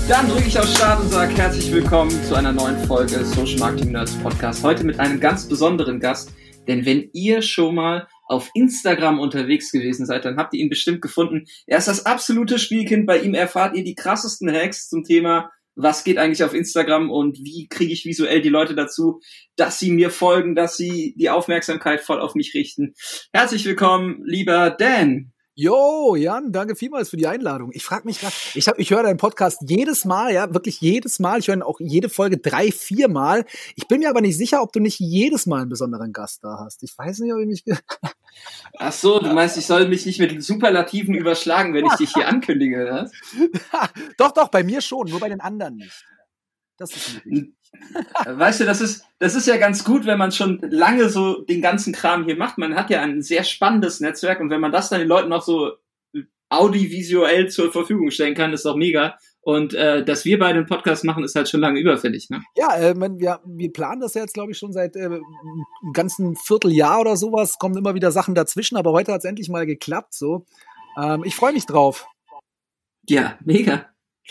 Dann drücke ich auf Start und sage herzlich willkommen zu einer neuen Folge Social Marketing Nerds Podcast. Heute mit einem ganz besonderen Gast, denn wenn ihr schon mal auf Instagram unterwegs gewesen seid, dann habt ihr ihn bestimmt gefunden. Er ist das absolute Spielkind. Bei ihm erfahrt ihr die krassesten Hacks zum Thema, was geht eigentlich auf Instagram und wie kriege ich visuell die Leute dazu, dass sie mir folgen, dass sie die Aufmerksamkeit voll auf mich richten. Herzlich willkommen, lieber Dan. Jo, Jan, danke vielmals für die Einladung. Ich frage mich gerade, ich höre deinen Podcast jedes Mal, ja, wirklich jedes Mal. Ich höre auch jede Folge 3-4 Mal. Ich bin mir aber nicht sicher, ob du nicht jedes Mal einen besonderen Gast da hast. Ich weiß nicht, ob ich mich... Ach so, du meinst, ich soll mich nicht mit Superlativen überschlagen, wenn ich dich hier ankündige, oder? Doch, bei mir schon, nur bei den anderen nicht. Das ist möglich. Weißt du, das ist ja ganz gut, wenn man schon lange so den ganzen Kram hier macht. Man hat ja ein sehr spannendes Netzwerk und wenn man das dann den Leuten noch so audiovisuell zur Verfügung stellen kann, ist doch mega. Und dass wir beide einen Podcast machen, ist halt schon lange überfällig, ne? Ja, wir planen das ja jetzt, glaube ich, schon seit einem ganzen Vierteljahr oder sowas. Kommen immer wieder Sachen dazwischen, aber heute hat es endlich mal geklappt. So, ich freue mich drauf. Ja, mega.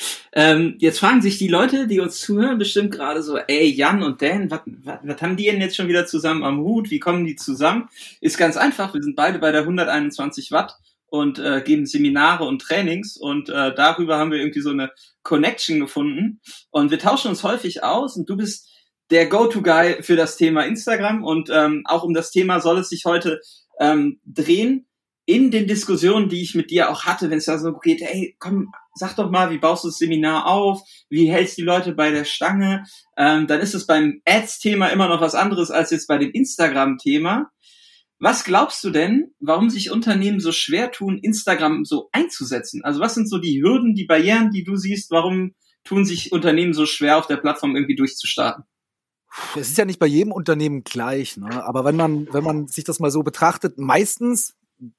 Jetzt fragen sich die Leute, die uns zuhören, bestimmt gerade so, ey, Jan und Dan, was haben die denn jetzt schon wieder zusammen am Hut? Wie kommen die zusammen? Ist ganz einfach, wir sind beide bei der 121 Watt und geben Seminare und Trainings und darüber haben wir irgendwie so eine Connection gefunden und wir tauschen uns häufig aus und du bist der Go-To-Guy für das Thema Instagram und auch um das Thema soll es sich heute drehen. In den Diskussionen, die ich mit dir auch hatte, wenn es da so geht, ey, komm, sag doch mal, wie baust du das Seminar auf? Wie hältst du die Leute bei der Stange? Dann ist es beim Ads-Thema immer noch was anderes als jetzt bei dem Instagram-Thema. Was glaubst du denn, warum sich Unternehmen so schwer tun, Instagram so einzusetzen? Also was sind so die Hürden, die Barrieren, die du siehst? Warum tun sich Unternehmen so schwer, auf der Plattform irgendwie durchzustarten? Es ist ja nicht bei jedem Unternehmen gleich, ne? Aber wenn man sich das mal so betrachtet, meistens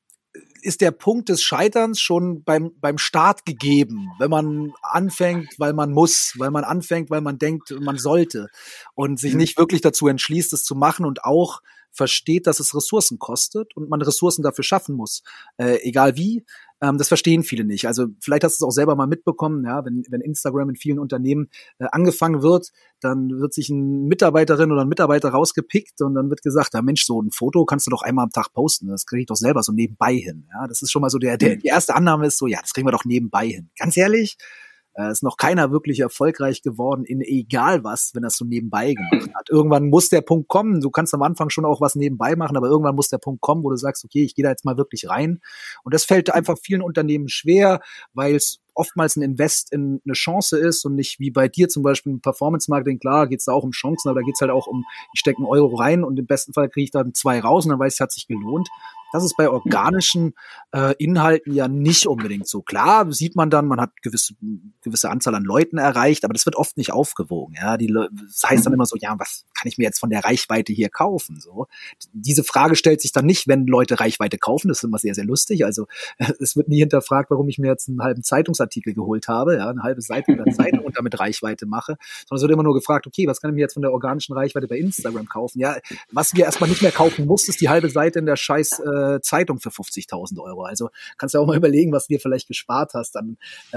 ist der Punkt des Scheiterns schon beim Start gegeben, wenn man anfängt, weil man muss, weil man anfängt, weil man denkt, man sollte und sich nicht wirklich dazu entschließt, es zu machen und auch versteht, dass es Ressourcen kostet und man Ressourcen dafür schaffen muss, egal wie. Das verstehen viele nicht. Also vielleicht hast du es auch selber mal mitbekommen, ja, wenn Instagram in vielen Unternehmen angefangen wird, dann wird sich eine Mitarbeiterin oder ein Mitarbeiter rausgepickt und dann wird gesagt, ja Mensch, so ein Foto kannst du doch einmal am Tag posten, das kriege ich doch selber so nebenbei hin. Ja, das ist schon mal so die erste Annahme ist so, ja, das kriegen wir doch nebenbei hin. Ganz ehrlich, ist noch keiner wirklich erfolgreich geworden in egal was, wenn er es so nebenbei gemacht hat. Irgendwann muss der Punkt kommen, du kannst am Anfang schon auch was nebenbei machen, aber irgendwann muss der Punkt kommen, wo du sagst, okay, ich gehe da jetzt mal wirklich rein. Und das fällt einfach vielen Unternehmen schwer, weil es oftmals ein Invest in eine Chance ist und nicht wie bei dir zum Beispiel im Performance-Marketing. Klar geht's da auch um Chancen, aber da geht's halt auch um, ich stecke 1 Euro rein und im besten Fall kriege ich dann 2 raus und dann weiß ich, es hat sich gelohnt. Das ist bei organischen Inhalten ja nicht unbedingt so. Klar sieht man dann, man hat gewisse Anzahl an Leuten erreicht, aber das wird oft nicht aufgewogen. Ja, das heißt dann immer so, ja, was kann ich mir jetzt von der Reichweite hier kaufen? So, diese Frage stellt sich dann nicht, wenn Leute Reichweite kaufen. Das ist immer sehr, sehr lustig. Also es wird nie hinterfragt, warum ich mir jetzt einen halben Zeitungsartikel geholt habe, ja, eine halbe Seite oder Zeitung und damit Reichweite mache, sondern es wird immer nur gefragt, okay, was kann ich mir jetzt von der organischen Reichweite bei Instagram kaufen? Ja, was wir erstmal nicht mehr kaufen musst, ist die halbe Seite in der scheiß Zeitung für 50.000 Euro. Also kannst du auch mal überlegen, was du dir vielleicht gespart hast an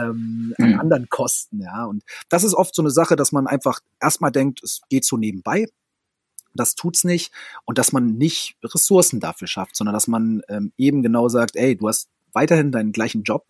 anderen Kosten. Ja, und das ist oft so eine Sache, dass man einfach erstmal denkt, es geht so nebenbei. Das tut's nicht. Und dass man nicht Ressourcen dafür schafft, sondern dass man eben genau sagt, ey, du hast weiterhin deinen gleichen Job.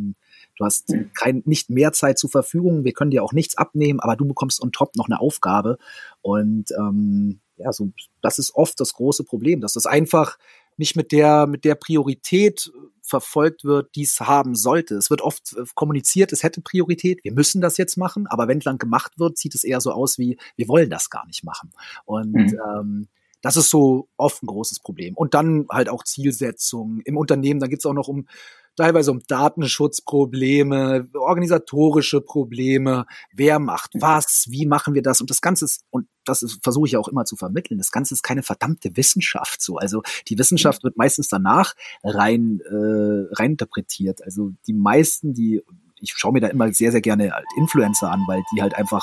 Du hast nicht mehr Zeit zur Verfügung. Wir können dir auch nichts abnehmen, aber du bekommst on top noch eine Aufgabe. Und ja, so das ist oft das große Problem, dass das einfach nicht mit der Priorität verfolgt wird, die es haben sollte. Es wird oft kommuniziert, es hätte Priorität, wir müssen das jetzt machen, aber wenn dann gemacht wird, sieht es eher so aus wie, wir wollen das gar nicht machen. Und das ist so oft ein großes Problem. Und dann halt auch Zielsetzung im Unternehmen, da geht's auch noch teilweise um Datenschutzprobleme, organisatorische Probleme, wer macht was, wie machen wir das und das Ganze ist, und versuche ich auch immer zu vermitteln, das Ganze ist keine verdammte Wissenschaft so, also die Wissenschaft wird meistens danach rein interpretiert, also die meisten, ich schaue mir da immer sehr, sehr gerne halt Influencer an, weil die halt einfach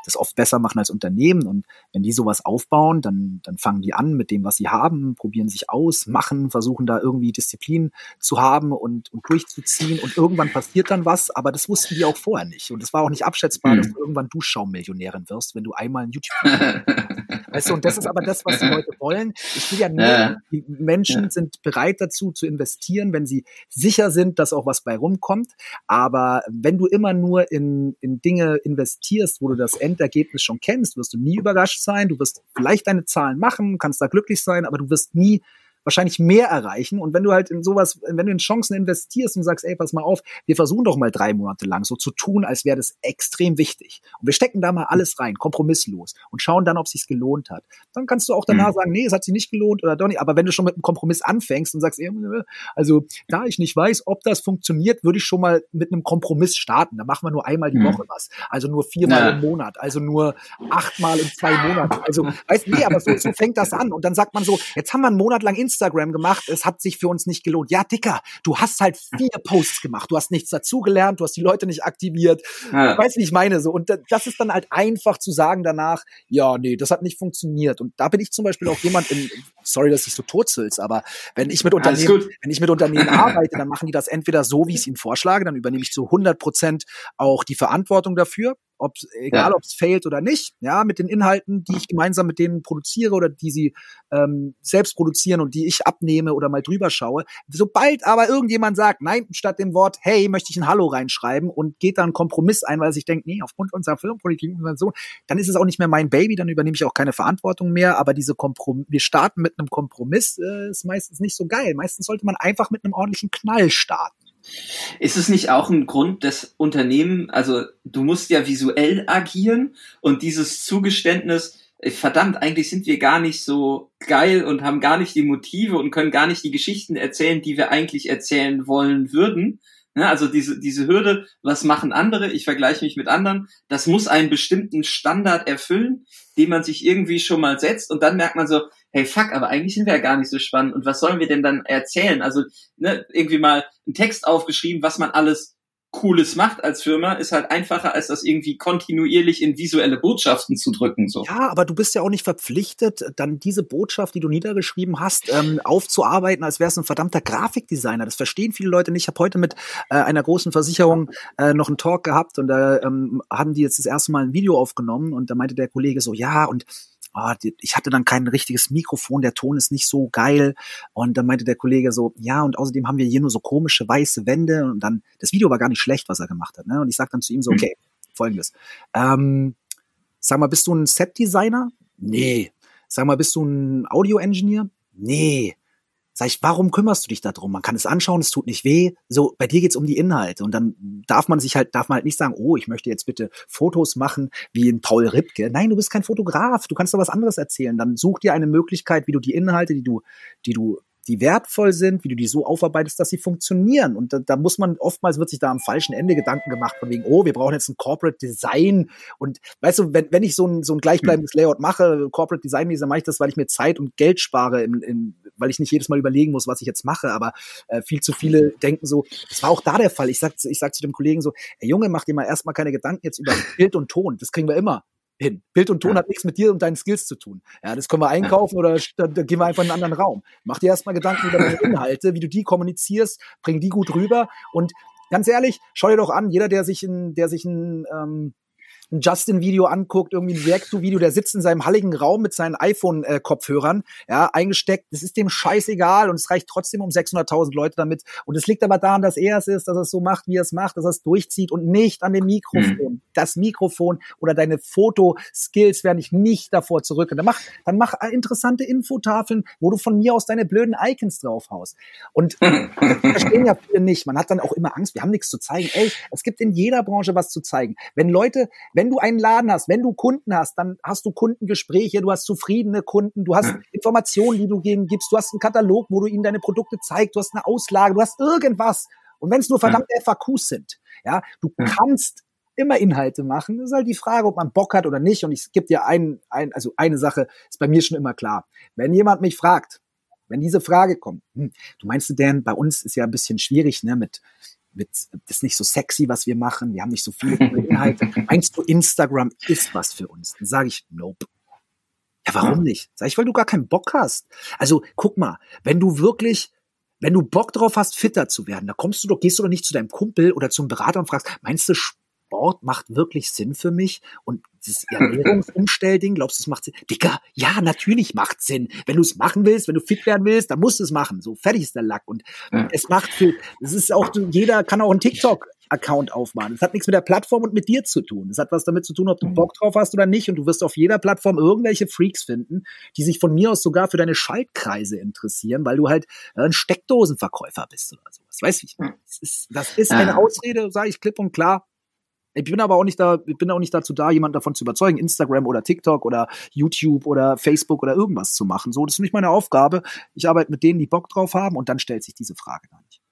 das oft besser machen als Unternehmen. Und wenn die sowas aufbauen, dann fangen die an mit dem, was sie haben, probieren sich aus, machen, versuchen da irgendwie Disziplin zu haben und durchzuziehen. Und irgendwann passiert dann was, aber das wussten die auch vorher nicht. Und es war auch nicht abschätzbar, dass du irgendwann Duschschaum-Millionärin wirst, wenn du einmal ein YouTube weißt du, und das ist aber das, was die Leute wollen. Ich will ja nur, die Menschen sind bereit dazu zu investieren, wenn sie sicher sind, dass auch was bei rumkommt. Aber wenn du immer nur in Dinge investierst, wo du das Endergebnis schon kennst, wirst du nie überrascht sein. Du wirst vielleicht deine Zahlen machen, kannst da glücklich sein, aber du wirst nie wahrscheinlich mehr erreichen. Und wenn du halt in sowas, wenn du in Chancen investierst und sagst, ey, pass mal auf, wir versuchen doch mal 3 Monate lang so zu tun, als wäre das extrem wichtig. Und wir stecken da mal alles rein, kompromisslos und schauen dann, ob es sich gelohnt hat. Dann kannst du auch danach sagen, nee, es hat sich nicht gelohnt oder doch nicht. Aber wenn du schon mit einem Kompromiss anfängst und sagst, also da ich nicht weiß, ob das funktioniert, würde ich schon mal mit einem Kompromiss starten. Da machen wir nur einmal die Woche was. Also nur 4-mal im Monat. Also nur 8-mal in 2 Monaten. Also, weißt du, nee, aber so fängt das an. Und dann sagt man so, jetzt haben wir einen Monat lang Instagram gemacht, es hat sich für uns nicht gelohnt. Ja, Dicker, du hast halt 4 Posts gemacht, du hast nichts dazugelernt, du hast die Leute nicht aktiviert. Ja. Weißt du, wie ich meine? So. Und das ist dann halt einfach zu sagen danach, ja, nee, das hat nicht funktioniert. Und da bin ich zum Beispiel auch jemand, sorry, dass ich so totzels, aber wenn ich mit Unternehmen arbeite, dann machen die das entweder so, wie ich es ihnen vorschlage, dann übernehme ich zu 100% auch die Verantwortung dafür. Egal ob es failt oder nicht, ja, mit den Inhalten, die ich gemeinsam mit denen produziere oder die sie selbst produzieren und die ich abnehme oder mal drüber schaue. Sobald aber irgendjemand sagt, nein, statt dem Wort, hey, möchte ich ein Hallo reinschreiben und geht da einen Kompromiss ein, weil er sich denkt, nee, aufgrund unserer Firmenpolitik und so, dann ist es auch nicht mehr mein Baby, dann übernehme ich auch keine Verantwortung mehr, aber wir starten mit einem Kompromiss, ist meistens nicht so geil. Meistens sollte man einfach mit einem ordentlichen Knall starten. Ist es nicht auch ein Grund des Unternehmen, also du musst ja visuell agieren und dieses Zugeständnis, verdammt, eigentlich sind wir gar nicht so geil und haben gar nicht die Motive und können gar nicht die Geschichten erzählen, die wir eigentlich erzählen wollen würden. Ja, also diese Hürde, was machen andere, ich vergleiche mich mit anderen, das muss einen bestimmten Standard erfüllen, den man sich irgendwie schon mal setzt und dann merkt man so, hey fuck, aber eigentlich sind wir ja gar nicht so spannend und was sollen wir denn dann erzählen? Also irgendwie mal einen Text aufgeschrieben, was man alles Cooles macht als Firma, ist halt einfacher, als das irgendwie kontinuierlich in visuelle Botschaften zu drücken. So. Ja, aber du bist ja auch nicht verpflichtet, dann diese Botschaft, die du niedergeschrieben hast, aufzuarbeiten, als wärst du ein verdammter Grafikdesigner. Das verstehen viele Leute nicht. Ich habe heute mit einer großen Versicherung noch einen Talk gehabt und da haben die jetzt das erste Mal ein Video aufgenommen und da meinte der Kollege so, ja, und ich hatte dann kein richtiges Mikrofon, der Ton ist nicht so geil. Und dann meinte der Kollege so, ja, und außerdem haben wir hier nur so komische weiße Wände. Und dann, das Video war gar nicht schlecht, was er gemacht hat. Ne? Und ich sag dann zu ihm so, okay, Folgendes. Sag mal, bist du ein Set-Designer? Nee. Sag mal, bist du ein Audio-Engineer? Nee. Sag ich, warum kümmerst du dich darum? Man kann es anschauen, es tut nicht weh. So, bei dir geht's um die Inhalte. Und dann darf man halt nicht sagen, oh, ich möchte jetzt bitte Fotos machen wie ein Paul Ripke. Nein, du bist kein Fotograf. Du kannst doch was anderes erzählen. Dann such dir eine Möglichkeit, wie du die Inhalte, die wertvoll sind, wie du die so aufarbeitest, dass sie funktionieren. Und da muss man, oftmals wird sich da am falschen Ende Gedanken gemacht, von wegen, oh, wir brauchen jetzt ein Corporate Design. Und weißt du, wenn ich so ein gleichbleibendes Layout mache, Corporate Design, dann mache ich das, weil ich mir Zeit und Geld spare, weil ich nicht jedes Mal überlegen muss, was ich jetzt mache. Aber viel zu viele denken so, das war auch da der Fall. Ich sag zu dem Kollegen so, ey Junge, mach dir mal erstmal keine Gedanken jetzt über Bild und Ton. Das kriegen wir immer hin. Bild und Ton hat nichts mit dir und deinen Skills zu tun. Ja, das können wir einkaufen oder da gehen wir einfach in einen anderen Raum. Mach dir erstmal Gedanken über deine Inhalte, wie du die kommunizierst, bring die gut rüber und ganz ehrlich, schau dir doch an, jeder, der sich ein Justin-Video anguckt, irgendwie ein React-to-Video, der sitzt in seinem halligen Raum mit seinen iPhone-Kopfhörern, ja, eingesteckt. Das ist dem scheißegal und es reicht trotzdem um 600.000 Leute damit. Und es liegt aber daran, dass er es ist, dass er es so macht, wie er es macht, dass er es durchzieht und nicht an dem Mikrofon. Das Mikrofon oder deine Fotoskills werden dich nicht davor zurück. Und dann mach interessante Infotafeln, wo du von mir aus deine blöden Icons draufhaust. Und das verstehen ja viele nicht. Man hat dann auch immer Angst, wir haben nichts zu zeigen. Ey, es gibt in jeder Branche was zu zeigen. Wenn du einen Laden hast, wenn du Kunden hast, dann hast du Kundengespräche, du hast zufriedene Kunden, du hast Informationen, die du ihnen gibst, du hast einen Katalog, wo du ihnen deine Produkte zeigst, du hast eine Auslage, du hast irgendwas. Und wenn es nur verdammte FAQs sind, ja, du kannst immer Inhalte machen. Das ist halt die Frage, ob man Bock hat oder nicht. Und ich gebe dir also eine Sache ist bei mir schon immer klar. Wenn jemand mich fragt, wenn diese Frage kommt, du meinst, Dan, bei uns ist ja ein bisschen schwierig, ne, mit das ist nicht so sexy, was wir machen, wir haben nicht so viele Inhalte. Meinst du, Instagram ist was für uns? Dann sage ich, nope. Ja, warum nicht? Sag ich, weil du gar keinen Bock hast. Also, guck mal, wenn du Bock drauf hast, fitter zu werden, gehst du doch nicht zu deinem Kumpel oder zum Berater und fragst, meinst du, Sport macht wirklich Sinn für mich? Und dieses Ernährungsumstellding, glaubst du, es macht Sinn? Digga, ja, natürlich macht Sinn. Wenn du es machen willst, wenn du fit werden willst, dann musst du es machen. So, fertig ist der Lack. Und es ist auch, jeder kann auch einen TikTok-Account aufmachen. Das hat nichts mit der Plattform und mit dir zu tun. Das hat was damit zu tun, ob du Bock drauf hast oder nicht. Und du wirst auf jeder Plattform irgendwelche Freaks finden, die sich von mir aus sogar für deine Schaltkreise interessieren, weil du halt ein Steckdosenverkäufer bist oder sowas. Weißt du, das ist eine Ausrede, sage ich klipp und klar. Ich bin auch nicht dazu da, jemanden davon zu überzeugen, Instagram oder TikTok oder YouTube oder Facebook oder irgendwas zu machen. So, das ist nicht meine Aufgabe. Ich arbeite mit denen, die Bock drauf haben, und dann stellt sich diese Frage gar nicht.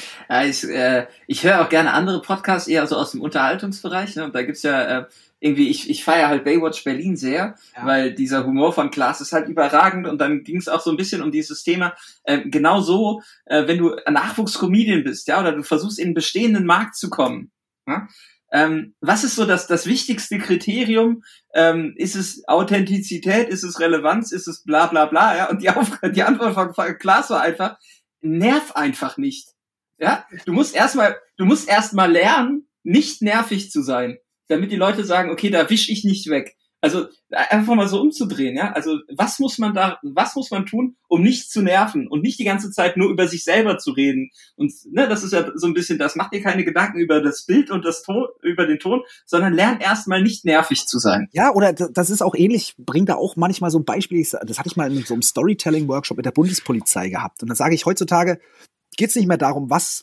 Ja, ich höre auch gerne andere Podcasts, eher so aus dem Unterhaltungsbereich. Ne? Und da gibt's ja irgendwie, ich feiere halt Baywatch Berlin sehr, weil dieser Humor von Klaas ist halt überragend. Und dann ging es auch so ein bisschen um dieses Thema, genau so, wenn du ein Nachwuchscomedian bist, ja, oder du versuchst in einen bestehenden Markt zu kommen, ja? Was ist so das wichtigste Kriterium? Ist es Authentizität? Ist es Relevanz? Ist es bla bla bla? Ja? Und die Antwort von Klaas war einfach, nerv einfach nicht. Ja? Du musst erstmal lernen, nicht nervig zu sein, damit die Leute sagen, okay, da wisch ich nicht weg. Also einfach mal so umzudrehen, ja. Also was muss man tun, um nicht zu nerven und nicht die ganze Zeit nur über sich selber zu reden? Und ne, das ist ja so ein bisschen, das macht dir keine Gedanken über das Bild und über den Ton, sondern lern erstmal nicht nervig zu sein. Ja, oder das ist auch ähnlich, bringt da auch manchmal so ein Beispiel, das hatte ich mal in so einem Storytelling-Workshop mit der Bundespolizei gehabt. Und da sage ich, heutzutage geht's nicht mehr darum, was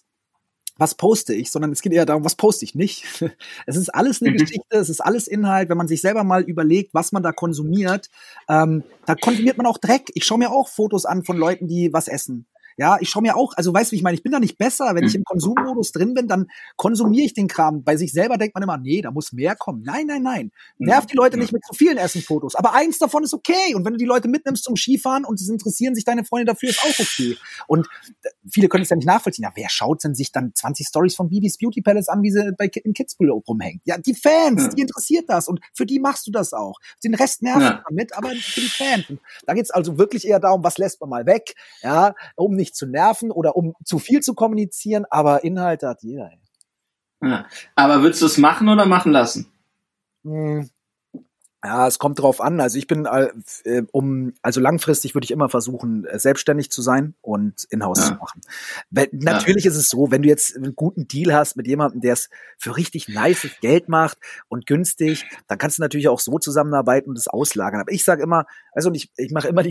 poste ich, sondern es geht eher darum, was poste ich nicht. Es ist alles eine Geschichte, es ist alles Inhalt. Wenn man sich selber mal überlegt, was man da konsumiert, da konsumiert man auch Dreck. Ich schaue mir auch Fotos an von Leuten, die was essen. Ja, ich schaue mir auch, also weißt du, wie ich meine, ich bin da nicht besser. Wenn ich im Konsummodus drin bin, dann konsumiere ich den Kram. Bei sich selber denkt man immer, nee, da muss mehr kommen. Nein. Nerv die Leute nicht mit zu vielen Essenfotos. Aber eins davon ist okay. Und wenn du die Leute mitnimmst zum Skifahren und es interessieren sich deine Freunde dafür, ist auch okay. Und viele können es ja nicht nachvollziehen. Ja, wer schaut denn sich dann 20 Stories von Bibis Beauty Palace an, wie sie in Kitzbühel rumhängt? Ja, die Fans, die interessiert das. Und für die machst du das auch. Den Rest nervt du damit, aber für die Fans. Und da geht's also wirklich eher darum, was lässt man mal weg, ja, um nicht zu nerven oder um zu viel zu kommunizieren, aber Inhalte hat jeder. Ja. Aber würdest du es machen oder machen lassen? Ja, es kommt drauf an. Also ich bin, also langfristig würde ich immer versuchen, selbstständig zu sein und in-house zu machen. Natürlich ist es so, wenn du jetzt einen guten Deal hast mit jemandem, der es für richtig nices Geld macht und günstig, dann kannst du natürlich auch so zusammenarbeiten und das auslagern. Aber ich sage immer, also ich mache immer die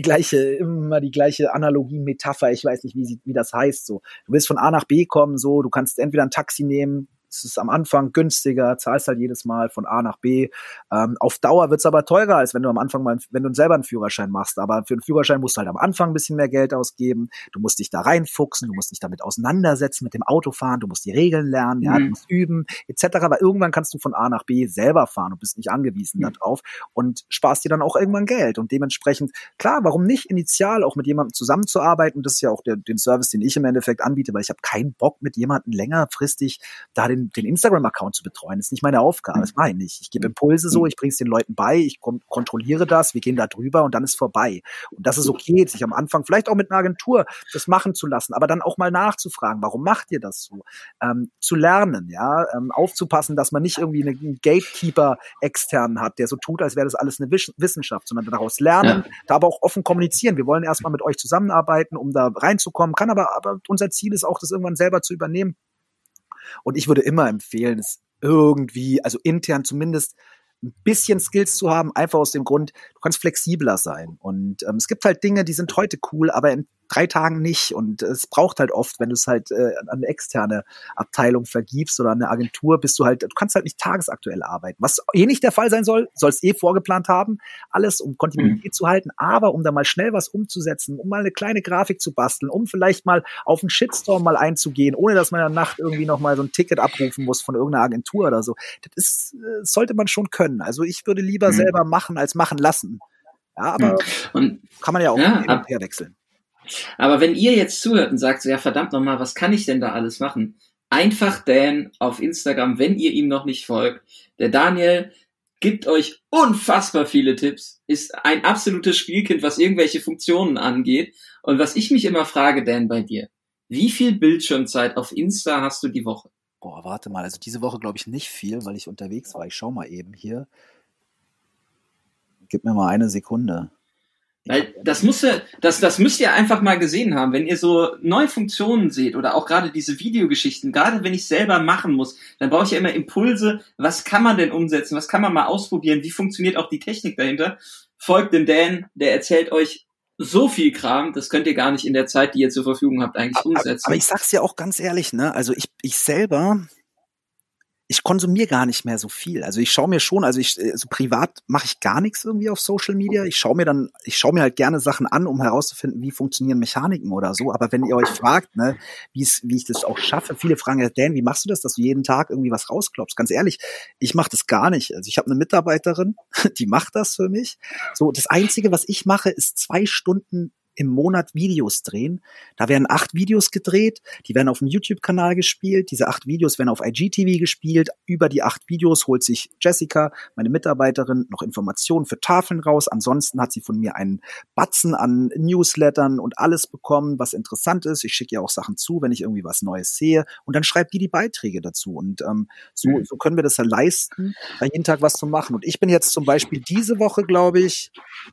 gleiche Analogie, Metapher, ich weiß nicht, wie das heißt. So, du willst von A nach B kommen, so, du kannst entweder ein Taxi nehmen. Es ist am Anfang günstiger, zahlst halt jedes Mal von A nach B. Auf Dauer wird's aber teurer, als wenn du am Anfang wenn du selber einen Führerschein machst. Aber für einen Führerschein musst du halt am Anfang ein bisschen mehr Geld ausgeben. Du musst dich da reinfuchsen, du musst dich damit auseinandersetzen mit dem Autofahren, du musst die Regeln lernen, ja, du musst üben, etc. Aber irgendwann kannst du von A nach B selber fahren und bist nicht angewiesen darauf und sparst dir dann auch irgendwann Geld. Und dementsprechend, klar, warum nicht initial auch mit jemandem zusammenzuarbeiten? Das ist ja auch den Service, den ich im Endeffekt anbiete, weil ich habe keinen Bock, mit jemandem längerfristig da den Instagram-Account zu betreuen. Das ist nicht meine Aufgabe, das mache ich nicht. Ich gebe Impulse so, ich bringe es den Leuten bei, ich kontrolliere das, wir gehen da drüber und dann ist vorbei. Und das ist okay, sich am Anfang vielleicht auch mit einer Agentur das machen zu lassen, aber dann auch mal nachzufragen, warum macht ihr das so? Zu lernen, ja, aufzupassen, dass man nicht irgendwie einen Gatekeeper externen hat, der so tut, als wäre das alles eine Wissenschaft, sondern daraus lernen, da aber auch offen kommunizieren. Wir wollen erstmal mit euch zusammenarbeiten, um da reinzukommen, aber unser Ziel ist auch, das irgendwann selber zu übernehmen. Und ich würde immer empfehlen, es irgendwie, also intern zumindest, ein bisschen Skills zu haben, einfach aus dem Grund, du kannst flexibler sein. Und es gibt halt Dinge, die sind heute cool, aber in 3 Tagen nicht. Und es braucht halt oft, wenn du es halt an eine externe Abteilung vergibst oder an eine Agentur, du kannst halt nicht tagesaktuell arbeiten. Was nicht der Fall sein soll es vorgeplant haben, alles, um Kontinuität zu halten, aber um da mal schnell was umzusetzen, um mal eine kleine Grafik zu basteln, um vielleicht mal auf einen Shitstorm mal einzugehen, ohne dass man in der Nacht irgendwie noch mal so ein Ticket abrufen muss von irgendeiner Agentur oder so. Sollte man schon können. Also ich würde lieber selber machen, als machen lassen. Ja, aber kann man ja auch hin und her wechseln. Aber wenn ihr jetzt zuhört und sagt so, ja verdammt nochmal, was kann ich denn da alles machen? einfach Dan auf Instagram, wenn ihr ihm noch nicht folgt. Der Daniel gibt euch unfassbar viele Tipps, ist ein absolutes Spielkind, was irgendwelche Funktionen angeht. Und was ich mich immer frage, Dan, bei dir, wie viel Bildschirmzeit auf Insta hast du die Woche? Boah, warte mal, also diese Woche glaube ich nicht viel, weil ich unterwegs war. Ich schau mal eben hier. Gib mir mal eine Sekunde. Weil das müsst ihr einfach mal gesehen haben, wenn ihr so neue Funktionen seht oder auch gerade diese Videogeschichten, gerade wenn ich selber machen muss, dann brauche ich ja immer Impulse, was kann man denn umsetzen, was kann man mal ausprobieren, wie funktioniert auch die Technik dahinter. Folgt dem Dan, der erzählt euch so viel Kram, das könnt ihr gar nicht in der Zeit, die ihr zur Verfügung habt, eigentlich umsetzen. Aber ich sag's ja auch ganz ehrlich, ne, also ich selber, ich konsumiere gar nicht mehr so viel. Also ich schaue mir schon, so privat mache ich gar nichts irgendwie auf Social Media. Ich schaue mir halt gerne Sachen an, um herauszufinden, wie funktionieren Mechaniken oder so. Aber wenn ihr euch fragt, ne, wie ich das auch schaffe, viele fragen ja, Dan, wie machst du das, dass du jeden Tag irgendwie was rausklopfst? Ganz ehrlich, ich mache das gar nicht. Also ich habe eine Mitarbeiterin, die macht das für mich. So, das Einzige, was ich mache, ist 2 Stunden im Monat Videos drehen. Da werden 8 Videos gedreht, die werden auf dem YouTube-Kanal gespielt, diese 8 Videos werden auf IGTV gespielt. Über die 8 Videos holt sich Jessica, meine Mitarbeiterin, noch Informationen für Tafeln raus. Ansonsten hat sie von mir einen Batzen an Newslettern und alles bekommen, was interessant ist. Ich schicke ihr auch Sachen zu, wenn ich irgendwie was Neues sehe. Und dann schreibt die Beiträge dazu. Und so können wir das ja leisten, da jeden Tag was zu machen. Und ich bin jetzt zum Beispiel diese Woche, glaube ich,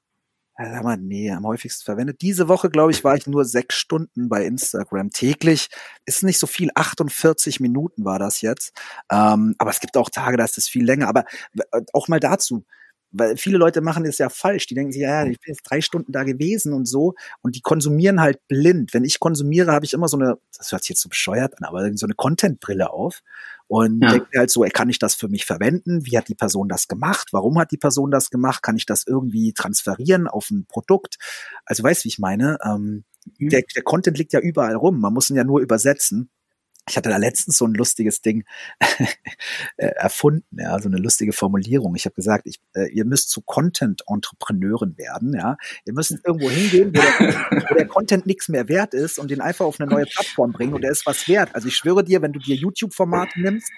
am häufigsten verwendet. Diese Woche, glaube ich, war ich nur 6 Stunden bei Instagram täglich. Ist nicht so viel, 48 Minuten war das jetzt. Aber es gibt auch Tage, da ist es viel länger. Aber auch mal dazu, weil viele Leute machen das ja falsch. Die denken sich, ja, ich bin jetzt 3 Stunden da gewesen und so. Und die konsumieren halt blind. Wenn ich konsumiere, habe ich immer so eine, das hört sich jetzt so bescheuert an, aber so eine Content-Brille auf. Und denke mir halt so, kann ich das für mich verwenden? Wie hat die Person das gemacht? Warum hat die Person das gemacht? Kann ich das irgendwie transferieren auf ein Produkt? Also weißt du, wie ich meine? Der Content liegt ja überall rum. Man muss ihn ja nur übersetzen. Ich hatte da letztens so ein lustiges Ding erfunden, ja, so eine lustige Formulierung. Ich habe gesagt, ihr müsst zu Content-Entrepreneuren werden, ja. Ihr müsst irgendwo hingehen, wo der Content nichts mehr wert ist und den einfach auf eine neue Plattform bringen und der ist was wert. Also ich schwöre dir, wenn du dir YouTube-Formate nimmst,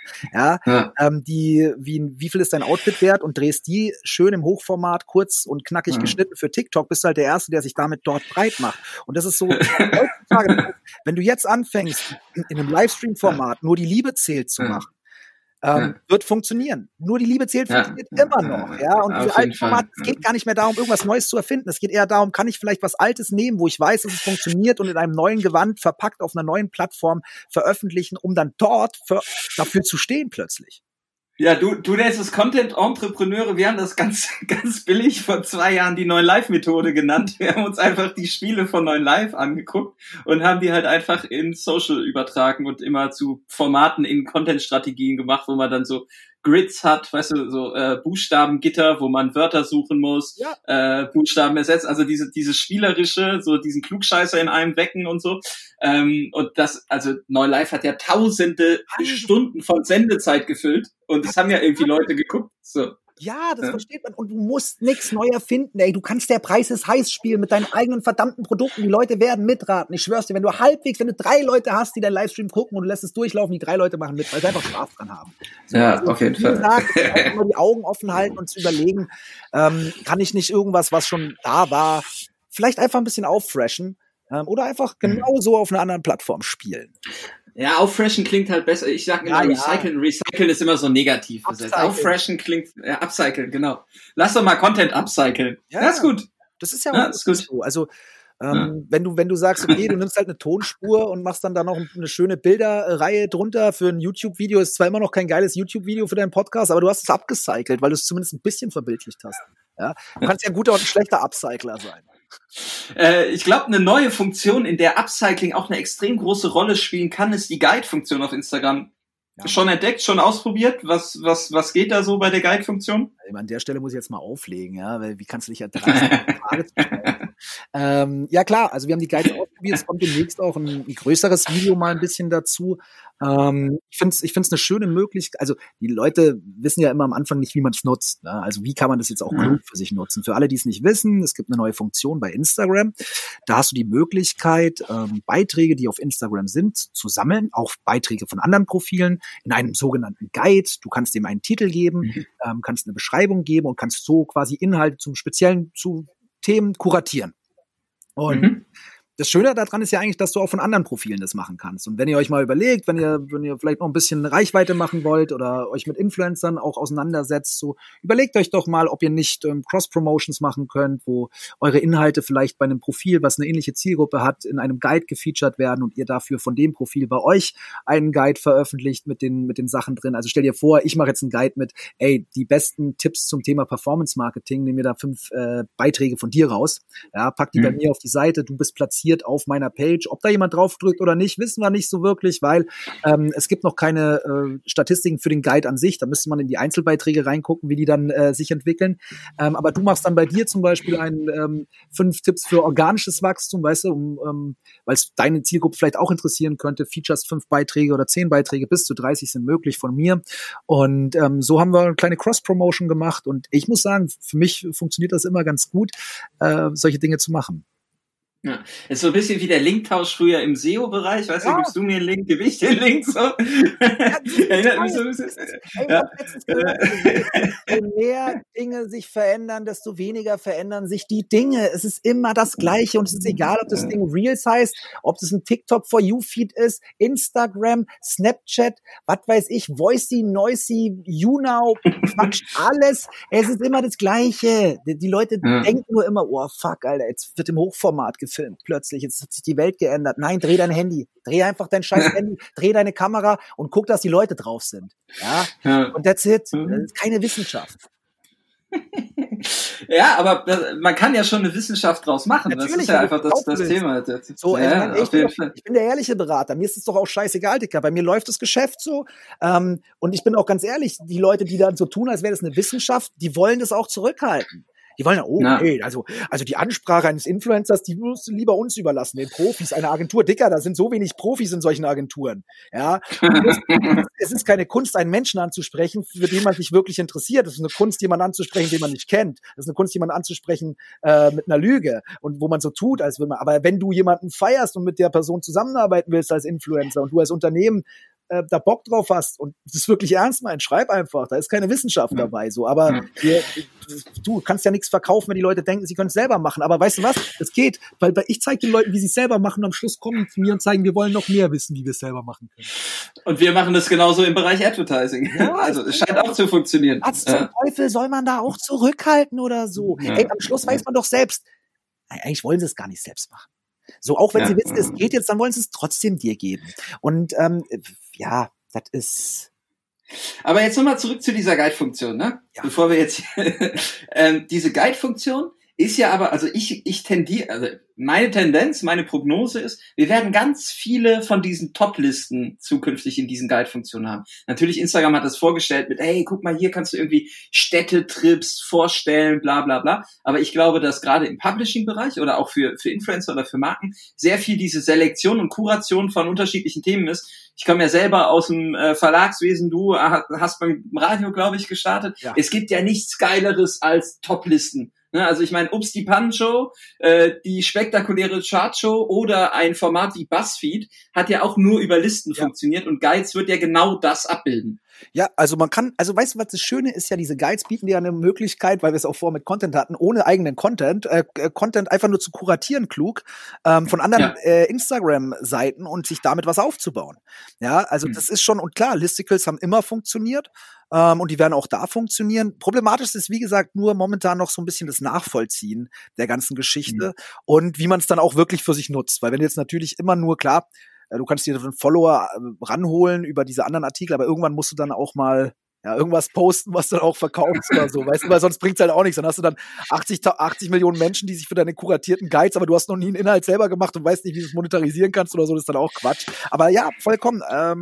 wie viel ist dein Outfit wert und drehst die schön im Hochformat, kurz und knackig geschnitten für TikTok, bist du halt der Erste, der sich damit dort breit macht. Und das ist so, heutzutage, wenn du jetzt anfängst, in einem Livestream-Format nur die Liebe zählt zu machen, wird funktionieren. Nur die Liebe zählt funktioniert immer noch. Ja? Und diese alten Formate, es geht gar nicht mehr darum, irgendwas Neues zu erfinden. Es geht eher darum, kann ich vielleicht was Altes nehmen, wo ich weiß, dass es funktioniert und in einem neuen Gewand verpackt auf einer neuen Plattform veröffentlichen, um dann dort dafür zu stehen plötzlich. Ja, du nennst es Content-Entrepreneure. Wir haben das ganz, ganz billig vor 2 Jahren die 9Live-Methode genannt. Wir haben uns einfach die Spiele von 9Live angeguckt und haben die halt einfach in Social übertragen und immer zu Formaten in Content-Strategien gemacht, wo man dann so Grids hat, weißt du, so Buchstabengitter, wo man Wörter suchen muss, Buchstaben ersetzt, also diese spielerische, so diesen Klugscheißer in einem wecken und so. Und das, also 9Live hat ja tausende Stunden von Sendezeit gefüllt und das haben ja irgendwie Leute geguckt. So. Ja, das versteht man. Und du musst nichts neu erfinden, ey. Du kannst der Preis ist heiß spielen mit deinen eigenen verdammten Produkten. Die Leute werden mitraten. Ich schwör's dir, wenn du 3 Leute hast, die deinen Livestream gucken und du lässt es durchlaufen, die 3 Leute machen mit, weil sie einfach Spaß dran haben. So, ja, also, auf jeden Fall. Einfach nur die Augen offen halten und zu überlegen, kann ich nicht irgendwas, was schon da war, vielleicht einfach ein bisschen auffreshen oder einfach genau so auf einer anderen Plattform spielen. Ja, auffreshen klingt halt besser. Ich sag immer recyceln. Recyceln ist immer so negativ besetzt. Auffreshen klingt, upcyclen, genau. Lass doch mal Content upcyclen. Ja, ist gut. Das ist ja auch ist gut. So. Also, wenn du sagst, okay, du nimmst halt eine Tonspur und machst dann da noch eine schöne Bilderreihe drunter für ein YouTube-Video, ist zwar immer noch kein geiles YouTube-Video für deinen Podcast, aber du hast es abgecycelt, weil du es zumindest ein bisschen verbildlicht hast. Ja? Du kannst ja ein guter und ein schlechter Upcycler sein. Ich glaube, eine neue Funktion, in der Upcycling auch eine extrem große Rolle spielen kann, ist die Guide-Funktion auf Instagram. Ja. Schon entdeckt, schon ausprobiert? Was geht da so bei der Guide-Funktion? An der Stelle muss ich jetzt mal auflegen, ja, weil wie kannst du dich ertragen, Frage zu stellen? Ja klar, also wir haben die Guides ausprobiert, es kommt demnächst auch ein größeres Video mal ein bisschen dazu. Ich find's eine schöne Möglichkeit, also die Leute wissen ja immer am Anfang nicht, wie man es nutzt. Ne? Also wie kann man das jetzt auch klug für sich nutzen? Für alle, die es nicht wissen, es gibt eine neue Funktion bei Instagram. Da hast du die Möglichkeit, Beiträge, die auf Instagram sind, zu sammeln, auch Beiträge von anderen Profilen in einem sogenannten Guide. Du kannst dem einen Titel geben, kannst eine Beschreibung geben und kannst so quasi Inhalte zu Themen kuratieren. Und das Schöne daran ist ja eigentlich, dass du auch von anderen Profilen das machen kannst. Und wenn ihr euch mal überlegt, wenn ihr vielleicht noch ein bisschen Reichweite machen wollt oder euch mit Influencern auch auseinandersetzt, so überlegt euch doch mal, ob ihr nicht Cross-Promotions machen könnt, wo eure Inhalte vielleicht bei einem Profil, was eine ähnliche Zielgruppe hat, in einem Guide gefeatured werden und ihr dafür von dem Profil bei euch einen Guide veröffentlicht mit den Sachen drin. Also stell dir vor, ich mache jetzt einen Guide mit, die besten Tipps zum Thema Performance Marketing, nehme mir da 5 Beiträge von dir raus, ja, pack die bei mir auf die Seite, du bist platziert auf meiner Page. Ob da jemand draufdrückt oder nicht, wissen wir nicht so wirklich, weil es gibt noch keine Statistiken für den Guide an sich. Da müsste man in die Einzelbeiträge reingucken, wie die dann sich entwickeln. Aber du machst dann bei dir zum Beispiel 5 Tipps für organisches Wachstum, weißt du, weil es deine Zielgruppe vielleicht auch interessieren könnte. Features 5 Beiträge oder 10 Beiträge, bis zu 30 sind möglich von mir. Und so haben wir eine kleine Cross-Promotion gemacht. Und ich muss sagen, für mich funktioniert das immer ganz gut, solche Dinge zu machen. Ja, ist so ein bisschen wie der Linktausch früher im SEO-Bereich, weißt du, gibst du mir einen Link, gebe ich den Link, so. Erinnert mich so ein bisschen. Je mehr Dinge sich verändern, desto weniger verändern sich die Dinge. Es ist immer das Gleiche und es ist egal, ob das Ding Reels heißt, ob das ein TikTok For You-Feed ist, Instagram, Snapchat, was weiß ich, Voicey, Noisy, YouNow, Quatsch, alles. Es ist immer das Gleiche. Die Leute denken nur immer, oh fuck, Alter, jetzt wird im Hochformat gefilmt. Plötzlich, jetzt hat sich die Welt geändert. Nein, dreh dein Handy. Dreh einfach dein scheiß Handy, dreh deine Kamera und guck, dass die Leute drauf sind. Ja? Und that's it. Das ist keine Wissenschaft. Ja, aber man kann ja schon eine Wissenschaft draus machen. Natürlich, das ist ja einfach das Thema. So, ich bin der ehrliche Berater. Mir ist es doch auch scheißegal, Dicker. Bei mir läuft das Geschäft so. Und ich bin auch ganz ehrlich, die Leute, die dann so tun, als wäre das eine Wissenschaft, die wollen das auch zurückhalten. Die wollen also die Ansprache eines Influencers, die musst du lieber uns überlassen, den Profis, eine Agentur. Dicker, da sind so wenig Profis in solchen Agenturen. Ja, es ist keine Kunst, einen Menschen anzusprechen, für den man sich wirklich interessiert. Es ist eine Kunst, jemanden anzusprechen, den man nicht kennt. Es ist eine Kunst, jemanden anzusprechen mit einer Lüge und wo man so tut, als würde man. Aber wenn du jemanden feierst und mit der Person zusammenarbeiten willst als Influencer und du als Unternehmen da Bock drauf hast und das wirklich ernst meinst, schreib einfach. Da ist keine Wissenschaft dabei. So, aber du kannst ja nichts verkaufen, wenn die Leute denken, sie können es selber machen. Aber weißt du was? Das geht, weil ich zeige den Leuten, wie sie es selber machen. Und am Schluss kommen zu mir und zeigen, wir wollen noch mehr wissen, wie wir es selber machen können. Und wir machen das genauso im Bereich Advertising. Ja, also es scheint auch zu funktionieren. Was zum Teufel soll man da auch zurückhalten oder so? Ja. Am Schluss weiß man doch selbst. Eigentlich wollen sie es gar nicht selbst machen. So, auch wenn sie wissen, es geht jetzt, dann wollen sie es trotzdem dir geben. Und das ist... Aber jetzt nochmal zurück zu dieser Guide-Funktion, ne? Ja. Bevor wir jetzt... diese Guide-Funktion ist ja aber, also ich tendiere, also meine Tendenz, meine Prognose ist, wir werden ganz viele von diesen Top-Listen zukünftig in diesen Guide-Funktionen haben. Natürlich, Instagram hat das vorgestellt mit, hey, guck mal, hier kannst du irgendwie Städtetrips vorstellen, bla bla bla. Aber ich glaube, dass gerade im Publishing-Bereich oder auch für Influencer oder für Marken sehr viel diese Selektion und Kuration von unterschiedlichen Themen ist. Ich komme ja selber aus dem Verlagswesen, du hast beim Radio, glaube ich, gestartet. Ja. Es gibt ja nichts Geileres als Top-Listen. Also ich meine, Ups die Pan-Show, die spektakuläre Chartshow oder ein Format wie BuzzFeed hat ja auch nur über Listen funktioniert und Guides wird ja genau das abbilden. Ja, also weißt du, was das Schöne ist ja, diese Guides bieten dir eine Möglichkeit, weil wir es auch vorher mit Content hatten, ohne eigenen Content einfach nur zu kuratieren klug, von anderen Instagram-Seiten und sich damit was aufzubauen. Ja, also das ist schon, und klar, Listicles haben immer funktioniert, und die werden auch da funktionieren. Problematisch ist, wie gesagt, nur momentan noch so ein bisschen das Nachvollziehen der ganzen Geschichte und wie man es dann auch wirklich für sich nutzt. Weil wenn jetzt natürlich immer nur, klar, du kannst dir einen Follower ranholen über diese anderen Artikel, aber irgendwann musst du dann auch mal irgendwas posten, was dann auch verkaufst oder so, weißt du, weil sonst bringt's halt auch nichts. Dann hast du dann 80 Millionen Menschen, die sich für deine kuratierten Guides, aber du hast noch nie einen Inhalt selber gemacht und weißt nicht, wie du es monetarisieren kannst oder so, das ist dann auch Quatsch. Aber ja, vollkommen.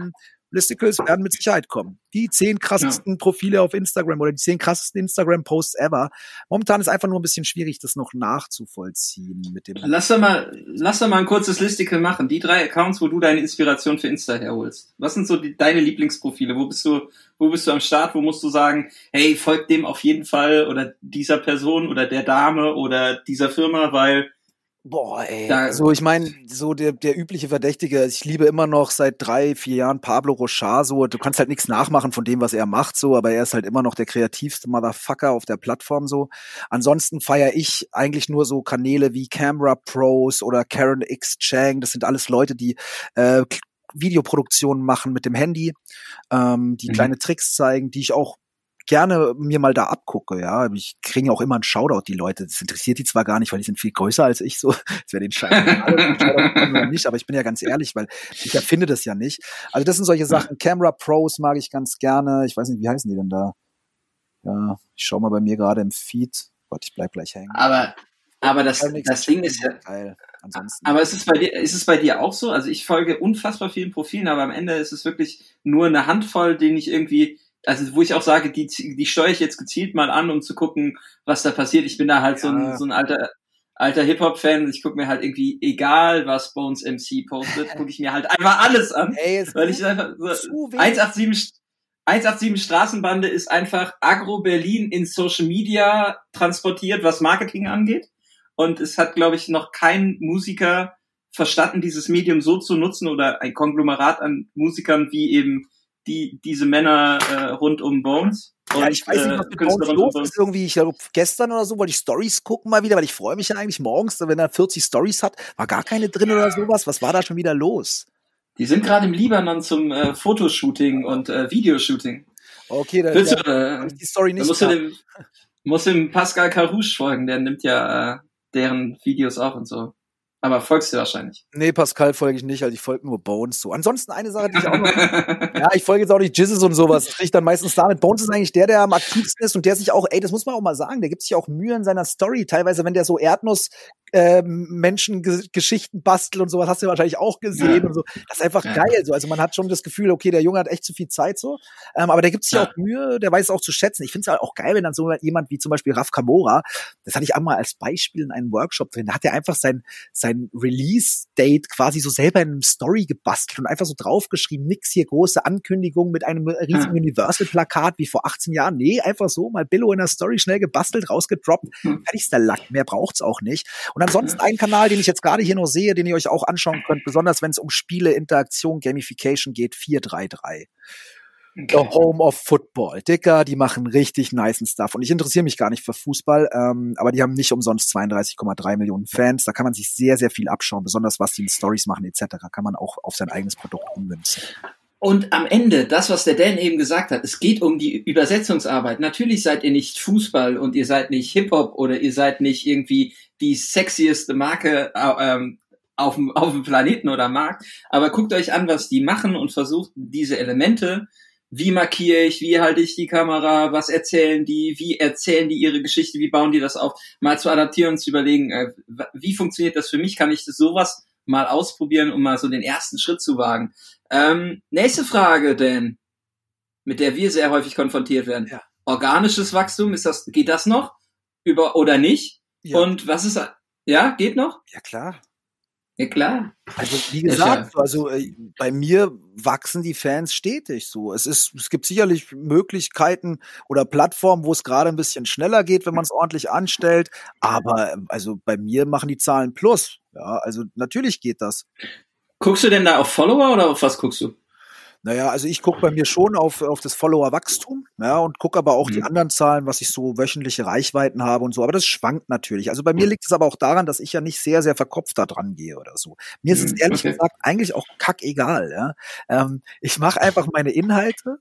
Listicles werden mit Sicherheit kommen. Die 10 krassesten Profile auf Instagram oder die 10 krassesten Instagram-Posts ever. Momentan ist einfach nur ein bisschen schwierig, das noch nachzuvollziehen mit dem. Lass doch mal ein kurzes Listicle machen. Die 3 Accounts, wo du deine Inspiration für Insta herholst. Was sind so deine Lieblingsprofile? Wo bist du am Start? Wo musst du sagen, hey, folg dem auf jeden Fall oder dieser Person oder der Dame oder dieser Firma, weil boah, ey. So, ich meine, so der übliche Verdächtige, ich liebe immer noch seit 3-4 Jahren Pablo Rochard, so, du kannst halt nichts nachmachen von dem, was er macht, so, aber er ist halt immer noch der kreativste Motherfucker auf der Plattform, so. Ansonsten feiere ich eigentlich nur so Kanäle wie Camera Pros oder Karen X Chang, das sind alles Leute, die Videoproduktionen machen mit dem Handy, die kleine Tricks zeigen, die ich auch gerne mir mal da abgucke, ja. Ich kriege ja auch immer einen Shoutout, die Leute. Das interessiert die zwar gar nicht, weil die sind viel größer als ich, so. Das wäre den Shoutout nicht, aber ich bin ja ganz ehrlich, weil ich erfinde das ja nicht. Also das sind solche Sachen. Camera Pros mag ich ganz gerne. Ich weiß nicht, wie heißen die denn da? Ja, ich schau mal bei mir gerade im Feed. Gott, ich bleib gleich hängen. Aber das Ding ist ja geil. Ansonsten. Aber ist es bei dir auch so? Also ich folge unfassbar vielen Profilen, aber am Ende ist es wirklich nur eine Handvoll, denen ich irgendwie, also wo ich auch sage, die steuere ich jetzt gezielt mal an, um zu gucken, was da passiert. Ich bin da halt so ein alter Hip-Hop-Fan. Ich gucke mir halt irgendwie, egal was Bones MC postet, gucke ich mir halt einfach alles an. Weil ich einfach so 187 Straßenbande ist einfach Agro-Berlin in Social Media transportiert, was Marketing angeht. Und es hat, glaube ich, noch kein Musiker verstanden, dieses Medium so zu nutzen oder ein Konglomerat an Musikern wie eben diese Männer rund um Bones. Und, ja, ich weiß nicht, was mit Bones los ist. Irgendwie, ich glaube, gestern oder so wollte ich Stories gucken mal wieder, weil ich freue mich ja eigentlich morgens, wenn er 40 Stories hat, war gar keine drin oder sowas. Was war da schon wieder los? Die sind gerade im Libanon zum Fotoshooting und Videoshooting. Okay, dann die Story nicht. Musst du dem Pascal Carouche folgen, der nimmt ja deren Videos auf und so. Aber folgst du wahrscheinlich? Nee, Pascal folge ich nicht, also ich folge nur Bones so. Ansonsten eine Sache, die ich auch noch ja, ich folge jetzt auch nicht Jizzes und sowas. Das kriege ich dann meistens damit. Bones ist eigentlich der am aktivsten ist und der sich auch, das muss man auch mal sagen, der gibt sich auch Mühe in seiner Story. Teilweise, wenn der so Menschengeschichten bastelt und sowas, hast du ja wahrscheinlich auch gesehen und so. Das ist einfach geil so. Also man hat schon das Gefühl, okay, der Junge hat echt zu viel Zeit so. Aber der gibt sich auch Mühe, der weiß es auch zu schätzen. Ich finde es halt auch geil, wenn dann so jemand wie zum Beispiel Raf Kamora, das hatte ich einmal als Beispiel in einem Workshop drin, da hat er einfach sein Release-Date quasi so selber in einem Story gebastelt und einfach so draufgeschrieben, nix hier große Ankündigung mit einem riesigen Universal-Plakat wie vor 18 Jahren. Nee, einfach so mal Billo in der Story schnell gebastelt, rausgedroppt. Fertigster Lack, mehr braucht's auch nicht. Und ansonsten ein Kanal, den ich jetzt gerade hier noch sehe, den ihr euch auch anschauen könnt, besonders wenn es um Spiele, Interaktion, Gamification geht, 433. Okay. The Home of Football. Dicker, die machen richtig nicen Stuff. Und ich interessiere mich gar nicht für Fußball, aber die haben nicht umsonst 32,3 Millionen Fans. Da kann man sich sehr, sehr viel abschauen, besonders was die in Stories machen etc. Kann man auch auf sein eigenes Produkt ummünzen. Und am Ende, das, was der Dan eben gesagt hat, es geht um die Übersetzungsarbeit. Natürlich seid ihr nicht Fußball und ihr seid nicht Hip-Hop oder ihr seid nicht irgendwie die sexieste Marke auf dem Planeten oder Markt. Aber guckt euch an, was die machen und versucht diese Elemente, wie markiere ich, wie halte ich die Kamera, was erzählen die, wie erzählen die ihre Geschichte, wie bauen die das auf, mal zu adaptieren und zu überlegen, wie funktioniert das für mich, kann ich das sowas mal ausprobieren, um mal so den ersten Schritt zu wagen. Nächste Frage, Dan, mit der wir sehr häufig konfrontiert werden. Ja. Organisches Wachstum, geht das noch? Oder nicht? Ja. Und was ist, geht noch? Ja, klar. Ja, klar. Also, wie gesagt, bei mir wachsen die Fans stetig so. Es gibt sicherlich Möglichkeiten oder Plattformen, wo es gerade ein bisschen schneller geht, wenn man es ordentlich anstellt. Aber also bei mir machen die Zahlen plus. Ja, also natürlich geht das. Guckst du denn da auf Follower oder auf was guckst du? Naja, also ich gucke bei mir schon auf das Follower-Wachstum, ja, und gucke aber auch die anderen Zahlen, was ich so wöchentliche Reichweiten habe und so. Aber das schwankt natürlich. Also bei mir liegt es aber auch daran, dass ich ja nicht sehr, sehr verkopft da dran gehe oder so. Mir ist es ehrlich gesagt eigentlich auch kackegal, ja. Ich mache einfach meine Inhalte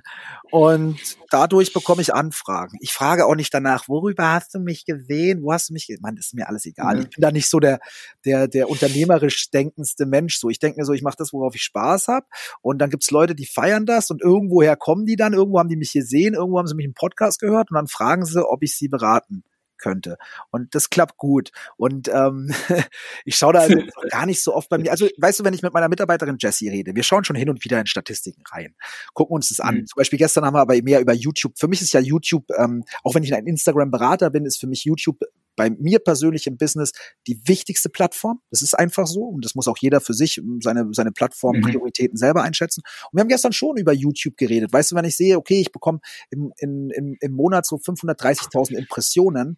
und dadurch bekomme ich Anfragen. Ich frage auch nicht danach, worüber hast du mich gesehen? Wo hast du mich gesehen? Mann, das ist mir alles egal. Ich bin da nicht so der unternehmerisch denkendste Mensch. So, ich denke mir so, ich mache das, worauf ich Spaß habe. Und dann gibt's Leute, die feiern das und irgendwoher kommen die dann, irgendwo haben die mich gesehen, irgendwo haben sie mich im Podcast gehört und dann fragen sie, ob ich sie beraten könnte. Und das klappt gut. Und ich schaue da also gar nicht so oft bei mir. Also, weißt du, wenn ich mit meiner Mitarbeiterin Jessie rede, wir schauen schon hin und wieder in Statistiken rein, gucken uns das an. Zum Beispiel gestern haben wir aber mehr über YouTube. Für mich ist ja YouTube, auch wenn ich ein Instagram-Berater bin, ist für mich YouTube bei mir persönlich im Business die wichtigste Plattform. Das ist einfach so. Und das muss auch jeder für sich seine Plattform-Prioritäten selber einschätzen. Und wir haben gestern schon über YouTube geredet. Weißt du, wenn ich sehe, okay, ich bekomme im Monat so 530.000 Impressionen,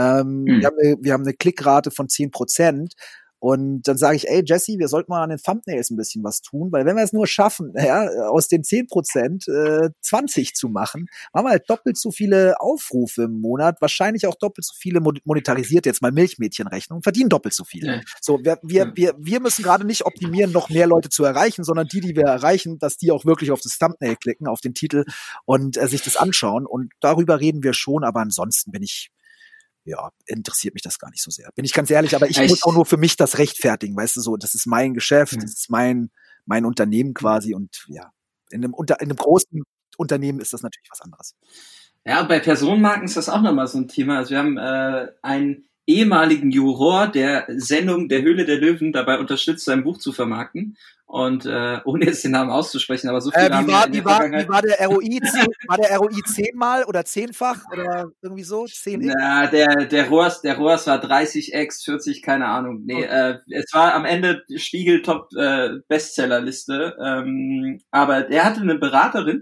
wir haben eine Klickrate von 10%. Und dann sage ich, ey Jesse, wir sollten mal an den Thumbnails ein bisschen was tun, weil wenn wir es nur schaffen, aus den 10% 20 zu machen, haben wir halt doppelt so viele Aufrufe im Monat, wahrscheinlich auch doppelt so viele monetarisiert, jetzt mal Milchmädchenrechnung, verdienen doppelt so viel. Ja. So, wir müssen gerade nicht optimieren, noch mehr Leute zu erreichen, sondern die wir erreichen, dass die auch wirklich auf das Thumbnail klicken, auf den Titel und sich das anschauen. Und darüber reden wir schon, aber ansonsten interessiert mich das gar nicht so sehr. Bin ich ganz ehrlich, aber ich muss auch nur für mich das rechtfertigen, weißt du, so, das ist mein Geschäft, das ist mein Unternehmen quasi und ja, in einem großen Unternehmen ist das natürlich was anderes. Ja, bei Personenmarken ist das auch nochmal so ein Thema. Also wir haben einen ehemaligen Juror der Sendung Der Höhle der Löwen dabei unterstützt, sein Buch zu vermarkten. Und ohne jetzt den Namen auszusprechen, aber so viel wie war der ROI? War der ROI 10-mal oder 10-fach oder irgendwie so? 10x? Na, der Rohrs war 30x, 40, keine Ahnung. Nee, okay. Es war am Ende Spiegel Top Bestsellerliste. Aber er hatte eine Beraterin,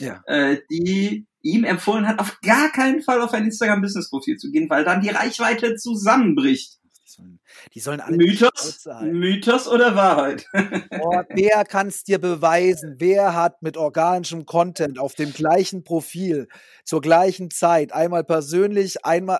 die ihm empfohlen hat, auf gar keinen Fall auf ein Instagram-Business-Profil zu gehen, weil dann die Reichweite zusammenbricht. Die sollen alle Mythos oder Wahrheit? Wer kann es dir beweisen? Wer hat mit organischem Content auf dem gleichen Profil zur gleichen Zeit einmal persönliches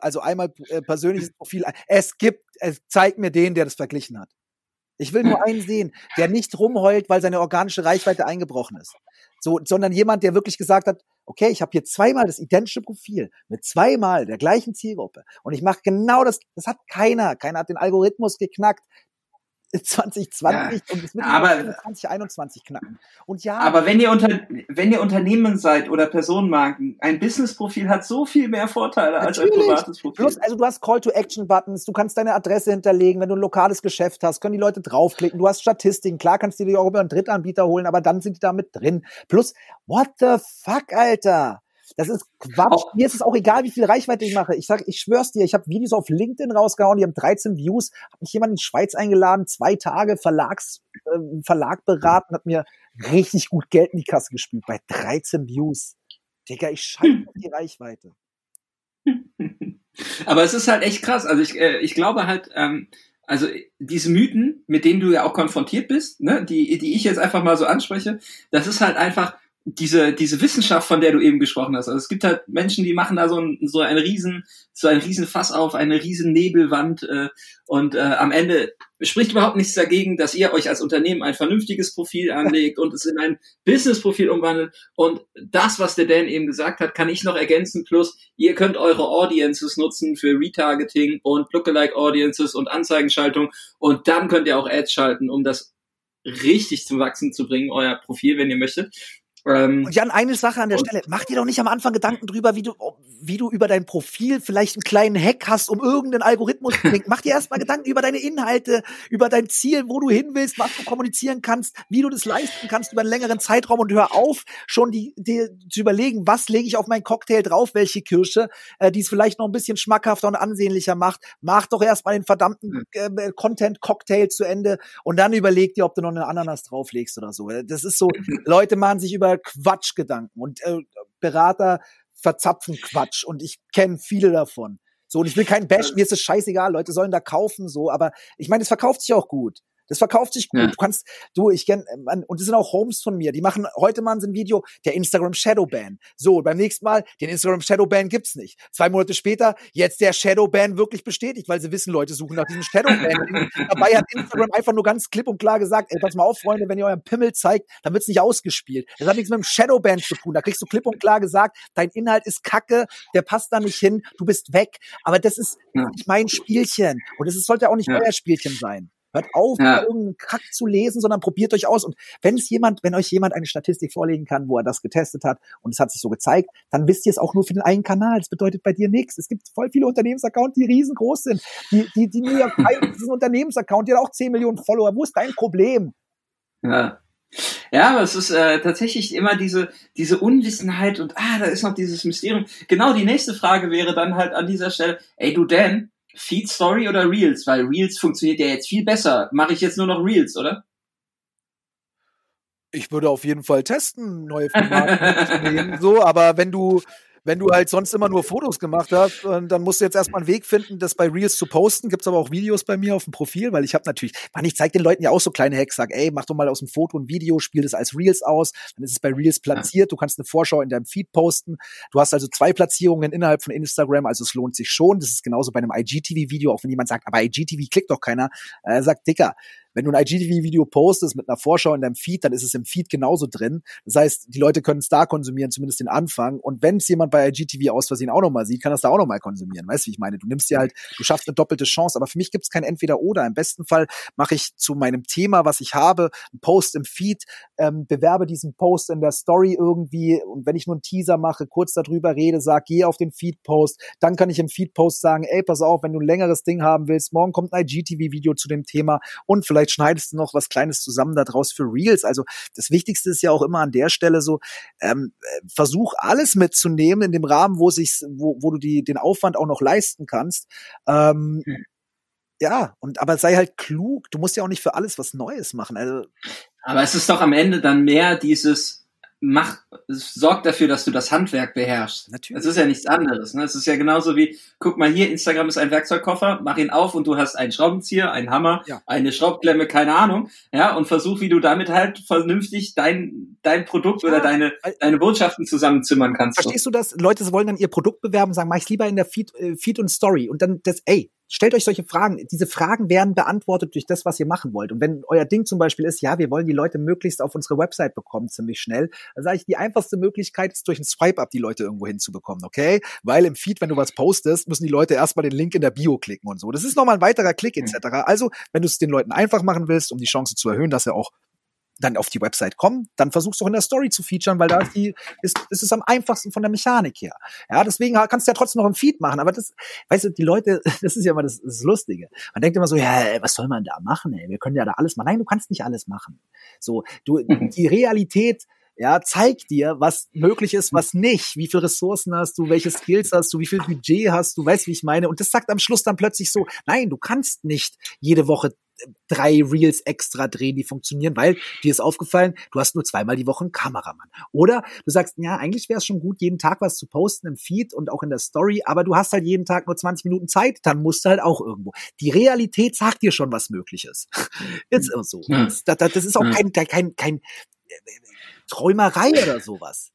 Profil? Zeig mir den, der das verglichen hat. Ich will nur einen sehen, der nicht rumheult, weil seine organische Reichweite eingebrochen ist. So, sondern jemand, der wirklich gesagt hat, okay, ich habe hier zweimal das identische Profil mit zweimal der gleichen Zielgruppe und ich mache genau das hat keiner hat den Algorithmus geknackt 2020 und es wird 2021 knacken. Und ja. Aber wenn ihr Unternehmen seid oder Personenmarken, ein Business-Profil hat so viel mehr Vorteile als ein privates Profil. Plus, also du hast Call-to-Action-Buttons, du kannst deine Adresse hinterlegen, wenn du ein lokales Geschäft hast, können die Leute draufklicken, du hast Statistiken, klar kannst du die auch über einen Drittanbieter holen, aber dann sind die da mit drin. Plus, what the fuck, Alter? Das ist Quatsch. Mir ist es auch egal, wie viel Reichweite ich mache. Ich schwör's dir, ich habe Videos auf LinkedIn rausgehauen, die haben 13 Views, habe mich jemand in die Schweiz eingeladen, 2 Tage Verlag beraten, hat mir richtig gut Geld in die Kasse gespielt bei 13 Views. Digga, ich scheiße auf die Reichweite. Aber es ist halt echt krass. Also ich glaube halt, also diese Mythen, mit denen du ja auch konfrontiert bist, ne, die ich jetzt einfach mal so anspreche, das ist halt einfach diese Wissenschaft, von der du eben gesprochen hast. Also es gibt halt Menschen, die machen da so ein riesen Fass auf, eine riesen Nebelwand und am Ende spricht überhaupt nichts dagegen, dass ihr euch als Unternehmen ein vernünftiges Profil anlegt und es in ein Business-Profil umwandelt. Und das, was der Dan eben gesagt hat, kann ich noch ergänzen. Plus, ihr könnt eure Audiences nutzen für Retargeting und Lookalike Audiences und Anzeigenschaltung. Und dann könnt ihr auch Ads schalten, um das richtig zum Wachsen zu bringen, euer Profil, wenn ihr möchtet. Und Jan, eine Sache an der Stelle. Mach dir doch nicht am Anfang Gedanken drüber, wie du über dein Profil vielleicht einen kleinen Hack hast, um irgendeinen Algorithmus zu denken. Mach dir erstmal Gedanken über deine Inhalte, über dein Ziel, wo du hin willst, was du kommunizieren kannst, wie du das leisten kannst über einen längeren Zeitraum und hör auf, schon dir zu überlegen, was lege ich auf meinen Cocktail drauf, welche Kirsche, die es vielleicht noch ein bisschen schmackhafter und ansehnlicher macht. Mach doch erstmal den verdammten Content-Cocktail zu Ende und dann überleg dir, ob du noch eine Ananas drauflegst oder so. Das ist so, Leute machen sich über Quatschgedanken und Berater verzapfen Quatsch und ich kenne viele davon. So, und ich will keinen Bash, mir ist es scheißegal, Leute sollen da kaufen, so, aber ich meine, es verkauft sich auch gut. Das verkauft sich gut. Ja. Ich kenne, und das sind auch Homes von mir, die machen, heute machen sie ein Video, der Instagram Shadowban. So, beim nächsten Mal, den Instagram Shadowban gibt's nicht. 2 Monate später, jetzt der Shadowban wirklich bestätigt, weil sie wissen, Leute suchen nach diesem Shadowban. Dabei hat Instagram einfach nur ganz klipp und klar gesagt, ey, pass mal auf, Freunde, wenn ihr euren Pimmel zeigt, dann wird's nicht ausgespielt. Das hat nichts mit dem Shadowban zu tun. Da kriegst du klipp und klar gesagt, dein Inhalt ist Kacke, der passt da nicht hin, du bist weg. Aber das ist nicht mein Spielchen. Und das sollte auch nicht euer Spielchen sein. Hört auf, irgendeinen Kack zu lesen, sondern probiert euch aus. Und wenn euch jemand eine Statistik vorlegen kann, wo er das getestet hat und es hat sich so gezeigt, dann wisst ihr es auch nur für den einen Kanal. Das bedeutet bei dir nichts. Es gibt voll viele Unternehmensaccounts, die riesengroß sind. Die New York Times ist ein Unternehmensaccount, die hat auch 10 Millionen Follower. Wo ist dein Problem? Ja. Ja, aber es ist tatsächlich immer diese Unwissenheit und da ist noch dieses Mysterium. Genau, die nächste Frage wäre dann halt an dieser Stelle, ey du Dan, Feed Story oder Reels? Weil Reels funktioniert ja jetzt viel besser. Mache ich jetzt nur noch Reels, oder? Ich würde auf jeden Fall testen, neue Formate zu nehmen, so, aber wenn du halt sonst immer nur Fotos gemacht hast, dann musst du jetzt erstmal einen Weg finden, das bei Reels zu posten. Gibt's aber auch Videos bei mir auf dem Profil, weil ich habe natürlich, ich zeige den Leuten ja auch so kleine Hacks, sag, ey, mach doch mal aus dem Foto ein Video, spiel das als Reels aus, dann ist es bei Reels platziert, du kannst eine Vorschau in deinem Feed posten, du hast also 2 Platzierungen innerhalb von Instagram, also es lohnt sich schon, das ist genauso bei einem IGTV-Video, auch wenn jemand sagt, aber IGTV klickt doch keiner, sagt, Dicker, wenn du ein IGTV-Video postest mit einer Vorschau in deinem Feed, dann ist es im Feed genauso drin. Das heißt, die Leute können es da konsumieren, zumindest den Anfang. Und wenn es jemand bei IGTV aus Versehen auch nochmal sieht, kann das da auch nochmal konsumieren. Weißt du, wie ich meine? Du nimmst dir halt, du schaffst eine doppelte Chance. Aber für mich gibt es kein Entweder-Oder. Im besten Fall mache ich zu meinem Thema, was ich habe, einen Post im Feed, bewerbe diesen Post in der Story irgendwie. Und wenn ich nur einen Teaser mache, kurz darüber rede, sag, geh auf den Feed-Post. Dann kann ich im Feed-Post sagen, ey, pass auf, wenn du ein längeres Ding haben willst, morgen kommt ein IGTV-Video zu dem Thema und vielleicht schneidest du noch was Kleines zusammen daraus für Reels. Also das Wichtigste ist ja auch immer an der Stelle so, versuch alles mitzunehmen in dem Rahmen, wo du den Aufwand auch noch leisten kannst. Ja, aber sei halt klug. Du musst ja auch nicht für alles was Neues machen. Also, aber es ist doch am Ende dann mehr dieses sorg dafür, dass du das Handwerk beherrschst. Natürlich. Es ist ja nichts anderes. Ne? Es ist ja genauso wie, guck mal hier, Instagram ist ein Werkzeugkoffer, mach ihn auf und du hast einen Schraubenzieher, einen Hammer, eine Schraubklemme, keine Ahnung, ja, und versuch, wie du damit halt vernünftig dein Produkt oder deine Botschaften zusammenzimmern kannst. Verstehst du das? Leute wollen dann ihr Produkt bewerben und sagen, mach ich lieber in der Feed und Story und dann stellt euch solche Fragen. Diese Fragen werden beantwortet durch das, was ihr machen wollt. Und wenn euer Ding zum Beispiel ist, ja, wir wollen die Leute möglichst auf unsere Website bekommen, ziemlich schnell, dann sage ich, die einfachste Möglichkeit ist, durch ein Swipe-Up die Leute irgendwo hinzubekommen, okay? Weil im Feed, wenn du was postest, müssen die Leute erstmal den Link in der Bio klicken und so. Das ist nochmal ein weiterer Klick etc. Also, wenn du es den Leuten einfach machen willst, um die Chance zu erhöhen, dass sie auch dann auf die Website kommen, dann versuchst du auch in der Story zu featuren, weil da ist es am einfachsten von der Mechanik her. Ja, deswegen kannst du ja trotzdem noch im Feed machen, aber das, weißt du, die Leute, das ist ja immer das Lustige. Man denkt immer so, ja, was soll man da machen, ey? Wir können ja da alles machen. Nein, du kannst nicht alles machen. So, die Realität, ja, zeigt dir, was möglich ist, was nicht. Wie viele Ressourcen hast du, welche Skills hast du, wie viel Budget hast du, weißt, wie ich meine? Und das sagt am Schluss dann plötzlich so, nein, du kannst nicht jede Woche 3 Reels extra drehen, die funktionieren, weil dir ist aufgefallen, du hast nur 2-mal die Woche einen Kameramann. Oder du sagst, ja, eigentlich wäre es schon gut, jeden Tag was zu posten im Feed und auch in der Story, aber du hast halt jeden Tag nur 20 Minuten Zeit, dann musst du halt auch irgendwo. Die Realität sagt dir schon, was möglich ist. Ist immer so. Das ist auch kein Träumerei oder sowas.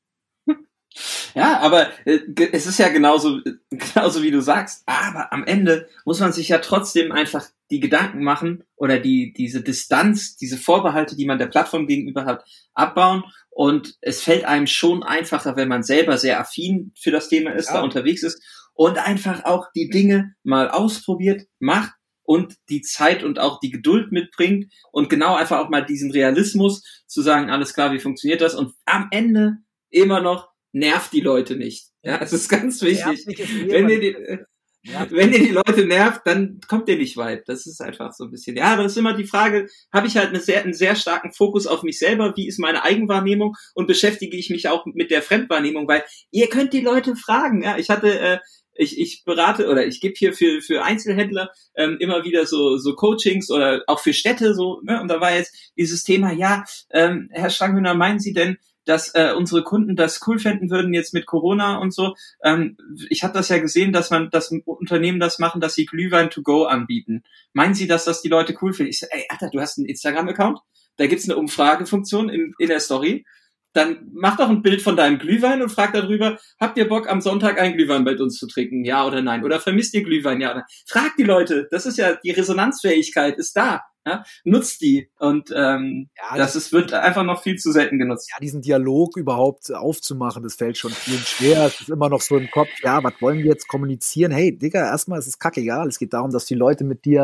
Ja, aber es ist ja genauso wie du sagst. Aber am Ende muss man sich ja trotzdem einfach die Gedanken machen oder diese Distanz, diese Vorbehalte, die man der Plattform gegenüber hat, abbauen. Und es fällt einem schon einfacher, wenn man selber sehr affin für das Thema ist, da unterwegs ist und einfach auch die Dinge mal ausprobiert, macht und die Zeit und auch die Geduld mitbringt und genau einfach auch mal diesen Realismus zu sagen, alles klar, wie funktioniert das? Und am Ende immer noch nervt die Leute nicht. Ja, es ist ganz wichtig. Wenn ihr die Leute nervt, dann kommt ihr nicht weit. Das ist einfach so ein bisschen. Ja, aber das ist immer die Frage, habe ich halt einen sehr starken Fokus auf mich selber? Wie ist meine Eigenwahrnehmung? Und beschäftige ich mich auch mit der Fremdwahrnehmung? Weil ihr könnt die Leute fragen. Ja, ich berate oder ich gebe hier für Einzelhändler immer wieder so Coachings oder auch für Städte so, ne? Und da war jetzt dieses Thema, Herr Stranghöhner, meinen Sie denn, dass unsere Kunden das cool fänden würden jetzt mit Corona und so? Ich habe das ja gesehen, dass Unternehmen das machen, dass sie Glühwein to go anbieten. Meinen Sie, dass das die Leute cool finden? Ich so, ey, Alter, du hast einen Instagram-Account? Da gibt's eine Umfragefunktion in der Story. Dann mach doch ein Bild von deinem Glühwein und frag darüber, habt ihr Bock, am Sonntag einen Glühwein bei uns zu trinken? Ja oder nein? Oder vermisst ihr Glühwein? Ja oder nein? Frag die Leute. Das ist ja, die Resonanzfähigkeit ist da. Ja? Nutzt die. Und wird einfach noch viel zu selten genutzt. Ja, diesen Dialog überhaupt aufzumachen, das fällt schon vielen schwer. Es ist immer noch so im Kopf, ja, was wollen wir jetzt kommunizieren? Hey, Digga, erstmal ist es kackegal. Es geht darum, dass die Leute mit dir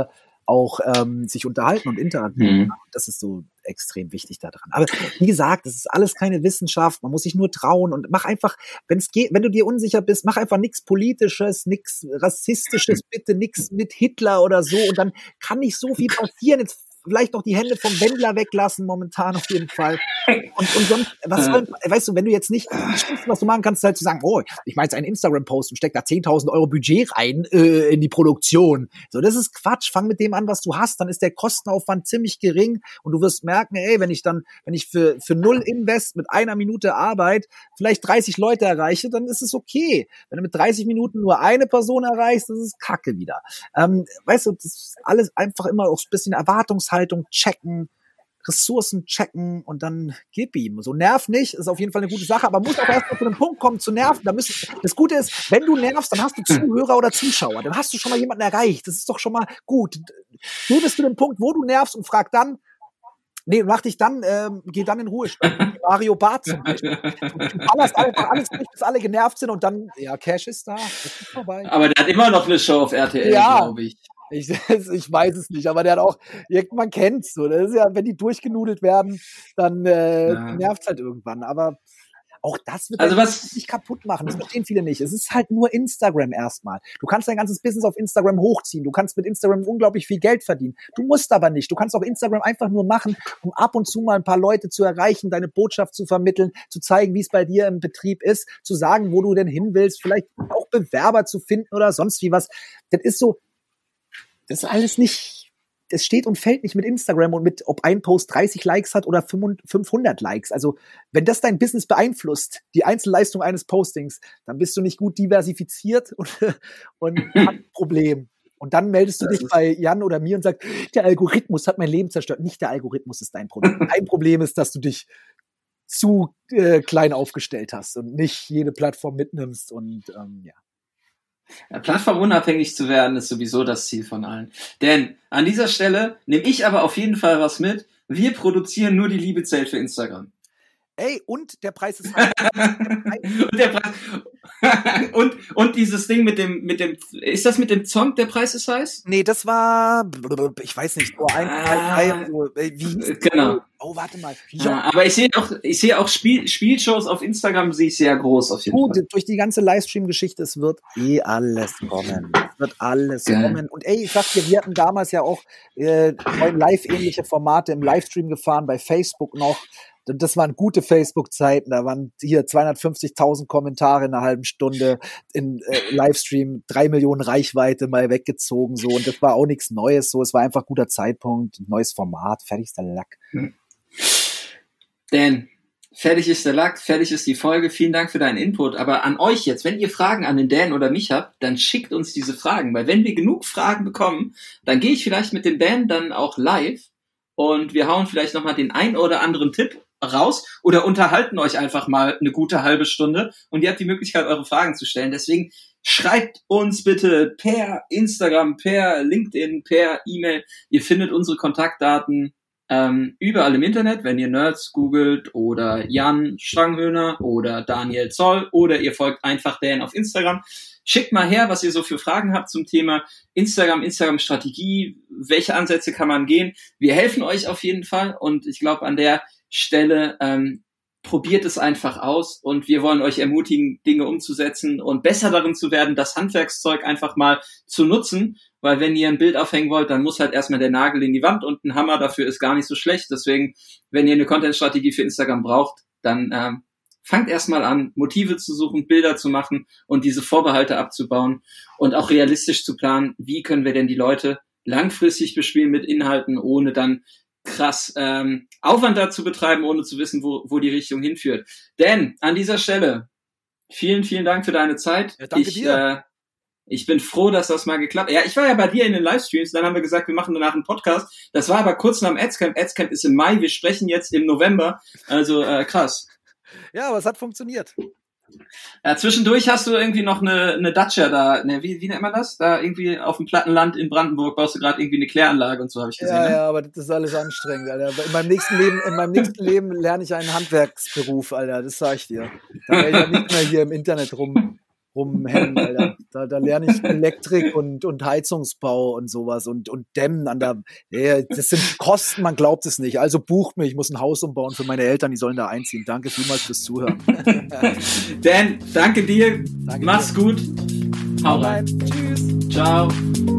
auch sich unterhalten und interagieren. Das ist so extrem wichtig daran. Aber wie gesagt, das ist alles keine Wissenschaft. Man muss sich nur trauen und mach einfach, wenn es geht, wenn du dir unsicher bist, mach einfach nichts Politisches, nichts Rassistisches, bitte nichts mit Hitler oder so. Und dann kann nicht so viel passieren. Jetzt vielleicht noch die Hände vom Wendler weglassen, momentan auf jeden Fall. Und sonst, weißt du, wenn du jetzt nicht, das Schlimmste, was du machen kannst, ist halt zu sagen, oh, ich mache jetzt einen Instagram-Post und steck da 10.000 Euro Budget rein in die Produktion. So, das ist Quatsch. Fang mit dem an, was du hast, dann ist der Kostenaufwand ziemlich gering und du wirst merken, ey, wenn ich für 0 Invest mit 1 Minute Arbeit vielleicht 30 Leute erreiche, dann ist es okay. Wenn du mit 30 Minuten nur eine Person erreichst, das ist Kacke wieder. Weißt du, das ist alles einfach immer auch ein bisschen Erwartungshaltung checken, Ressourcen checken und dann gib ihm. So nerv nicht, ist auf jeden Fall eine gute Sache, aber muss auch erst mal zu einem Punkt kommen, zu nerven. Das Gute ist, wenn du nervst, dann hast du Zuhörer oder Zuschauer, dann hast du schon mal jemanden erreicht. Das ist doch schon mal gut. Geh bis zu dem Punkt, wo du nervst und frag dann, geh dann in Ruhestand. Mario Barth zum Beispiel. Du ballerst einfach alles durch, bis alle genervt sind und dann, ja, Cash ist da, das ist vorbei. Aber der hat immer noch eine Show auf RTL, glaube ich. Ich weiß es nicht, aber der hat auch, man kennt's so. Das ist ja, wenn die durchgenudelt werden, dann nervt's halt irgendwann. Aber auch das wird nicht kaputt machen. Das verstehen viele nicht. Es ist halt nur Instagram erstmal. Du kannst dein ganzes Business auf Instagram hochziehen. Du kannst mit Instagram unglaublich viel Geld verdienen. Du musst aber nicht. Du kannst auch Instagram einfach nur machen, um ab und zu mal ein paar Leute zu erreichen, deine Botschaft zu vermitteln, zu zeigen, wie es bei dir im Betrieb ist, zu sagen, wo du denn hin willst, vielleicht auch Bewerber zu finden oder sonst wie was. Das ist so, das ist alles nicht, das steht und fällt nicht mit Instagram und mit, ob ein Post 30 Likes hat oder 500 Likes. Also, wenn das dein Business beeinflusst, die Einzelleistung eines Postings, dann bist du nicht gut diversifiziert und hast ein Problem. Und dann meldest du dich bei Jan oder mir und sagst, der Algorithmus hat mein Leben zerstört. Nicht der Algorithmus ist dein Problem. Dein Problem ist, dass du dich zu klein aufgestellt hast und nicht jede Plattform mitnimmst und ja. Plattformunabhängig zu werden, ist sowieso das Ziel von allen. Denn an dieser Stelle nehme ich aber auf jeden Fall was mit. Wir produzieren nur die Liebe zählt für Instagram. Ey, und der Preis ist und dieses Ding mit dem, ist das mit dem Song, der Preis ist heiß? Nee, das war, ich weiß nicht, so wie genau. Oh, warte mal. Ja, aber ich sehe auch Spielshows auf Instagram, sehe ich sehr groß auf jeden Fall. Durch die ganze Livestream-Geschichte, es wird alles kommen. Es wird alles kommen. Und ey, ich sag dir, wir hatten damals ja auch live-ähnliche Formate im Livestream gefahren, bei Facebook noch. Das waren gute Facebook-Zeiten, da waren hier 250.000 Kommentare in einer halben Stunde, in Livestream 3 Millionen Reichweite mal weggezogen, so, und das war auch nichts Neues, so, es war einfach guter Zeitpunkt, neues Format, fertig ist der Lack. Dan, fertig ist der Lack, fertig ist die Folge, vielen Dank für deinen Input, aber an euch jetzt, wenn ihr Fragen an den Dan oder mich habt, dann schickt uns diese Fragen, weil wenn wir genug Fragen bekommen, dann gehe ich vielleicht mit dem Dan dann auch live und wir hauen vielleicht nochmal den ein oder anderen Tipp raus oder unterhalten euch einfach mal eine gute halbe Stunde und ihr habt die Möglichkeit, eure Fragen zu stellen. Deswegen schreibt uns bitte per Instagram, per LinkedIn, per E-Mail. Ihr findet unsere Kontaktdaten überall im Internet, wenn ihr Nerds googelt oder Jan Stranghöhner oder Daniel Zoll oder ihr folgt einfach Dan auf Instagram. Schickt mal her, was ihr so für Fragen habt zum Thema Instagram-Strategie, welche Ansätze kann man gehen. Wir helfen euch auf jeden Fall und ich glaube, an der Stelle probiert es einfach aus und wir wollen euch ermutigen, Dinge umzusetzen und besser darin zu werden, das Handwerkszeug einfach mal zu nutzen, weil wenn ihr ein Bild aufhängen wollt, dann muss halt erstmal der Nagel in die Wand und ein Hammer dafür ist gar nicht so schlecht. Deswegen, wenn ihr eine Content-Strategie für Instagram braucht, dann fangt erstmal an, Motive zu suchen, Bilder zu machen und diese Vorbehalte abzubauen und auch realistisch zu planen, wie können wir denn die Leute langfristig bespielen mit Inhalten, ohne dann krass Aufwand dazu betreiben, ohne zu wissen, wo die Richtung hinführt. Denn an dieser Stelle, vielen, vielen Dank für deine Zeit. Ja, danke dir. Ich bin froh, dass das mal geklappt hat. Ja, ich war ja bei dir in den Livestreams, dann haben wir gesagt, wir machen danach einen Podcast. Das war aber kurz nach dem Adscamp. Adscamp ist im Mai, wir sprechen jetzt im November. Also krass. Ja, aber es hat funktioniert. Ja, zwischendurch hast du irgendwie noch eine Dacia da, wie nennt man das? Da irgendwie auf dem Plattenland in Brandenburg baust du gerade irgendwie eine Kläranlage und so, habe ich gesehen. Ja, aber das ist alles anstrengend, Alter. In meinem nächsten Leben lerne ich einen Handwerksberuf, Alter, das sag ich dir. Da werde ich ja nicht mehr hier im Internet rumhängen, Alter. Da lerne ich Elektrik und Heizungsbau und sowas und Dämmen das sind Kosten, man glaubt es nicht. Also bucht mich, ich muss ein Haus umbauen für meine Eltern, die sollen da einziehen. Danke vielmals fürs Zuhören. Dan, danke dir. Mach's gut. Hau rein. Tschüss. Ciao.